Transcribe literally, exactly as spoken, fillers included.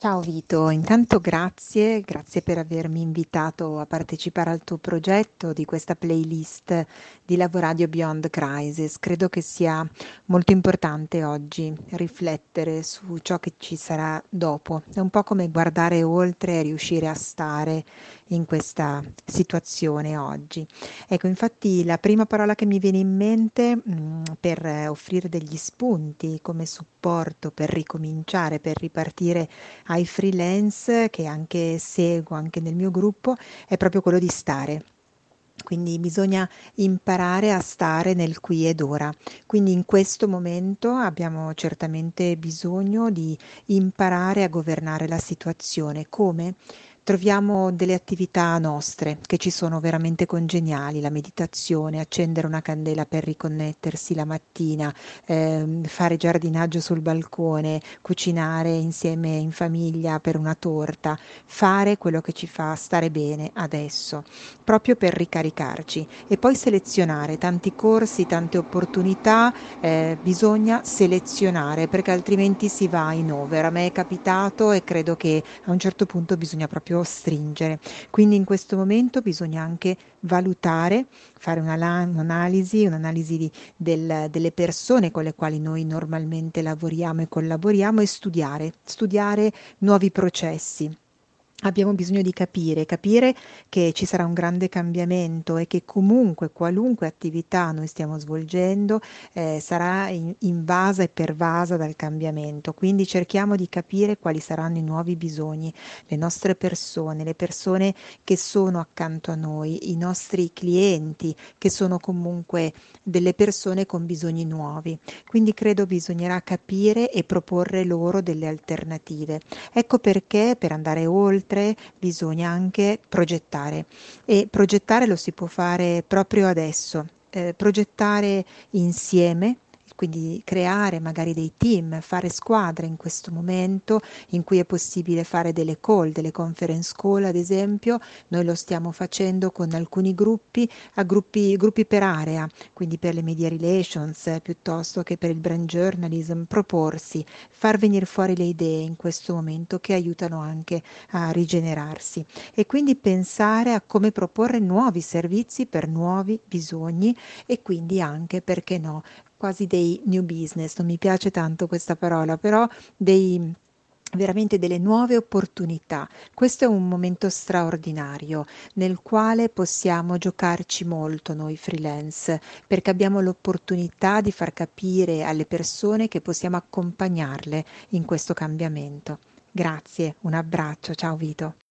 Ciao Vito, intanto grazie, grazie per avermi invitato a partecipare al tuo progetto di questa playlist di Lavoradio Beyond Crisis. Credo che sia molto importante oggi riflettere su ciò che ci sarà dopo. È un po' come guardare oltre e riuscire a stare in questa situazione oggi. Ecco, infatti la prima parola che mi viene in mente, mh, per eh, offrire degli spunti come supporto per ricominciare, per ripartire ai freelance che anche seguo anche nel mio gruppo è proprio quello di stare. Quindi bisogna imparare a stare nel qui ed ora. Quindi in questo momento abbiamo certamente bisogno di imparare a governare la situazione. Come? Troviamo delle attività nostre che ci sono veramente congeniali, la meditazione, accendere una candela per riconnettersi la mattina, ehm, fare giardinaggio sul balcone, cucinare insieme in famiglia per una torta, fare quello che ci fa stare bene adesso, proprio per ricaricarci e poi selezionare tanti corsi, tante opportunità, eh, bisogna selezionare perché altrimenti si va in over. A me è capitato e credo che a un certo punto bisogna proprio stringere. Quindi in questo momento bisogna anche valutare, fare una la- un'analisi, un'analisi di- del- delle persone con le quali noi normalmente lavoriamo e collaboriamo e studiare, studiare nuovi processi. Abbiamo bisogno di capire, capire che ci sarà un grande cambiamento e che comunque qualunque attività noi stiamo svolgendo eh, sarà in- invasa e pervasa dal cambiamento. Quindi cerchiamo di capire quali saranno i nuovi bisogni, le nostre persone, le persone che sono accanto a noi, i nostri clienti, che sono comunque delle persone con bisogni nuovi. Quindi credo bisognerà capire e proporre loro delle alternative. Ecco perché per andare oltre bisogna anche progettare e progettare lo si può fare proprio adesso, eh, progettare insieme. Quindi creare magari dei team, fare squadra in questo momento in cui è possibile fare delle call, delle conference call ad esempio, noi lo stiamo facendo con alcuni gruppi, a gruppi, gruppi per area, quindi per le media relations eh, piuttosto che per il brand journalism, proporsi, far venire fuori le idee in questo momento che aiutano anche a rigenerarsi e quindi pensare a come proporre nuovi servizi per nuovi bisogni e quindi anche, perché no, quasi dei new business, non mi piace tanto questa parola, però dei veramente delle nuove opportunità. Questo è un momento straordinario nel quale possiamo giocarci molto noi freelance, perché abbiamo l'opportunità di far capire alle persone che possiamo accompagnarle in questo cambiamento. Grazie, un abbraccio, ciao Vito.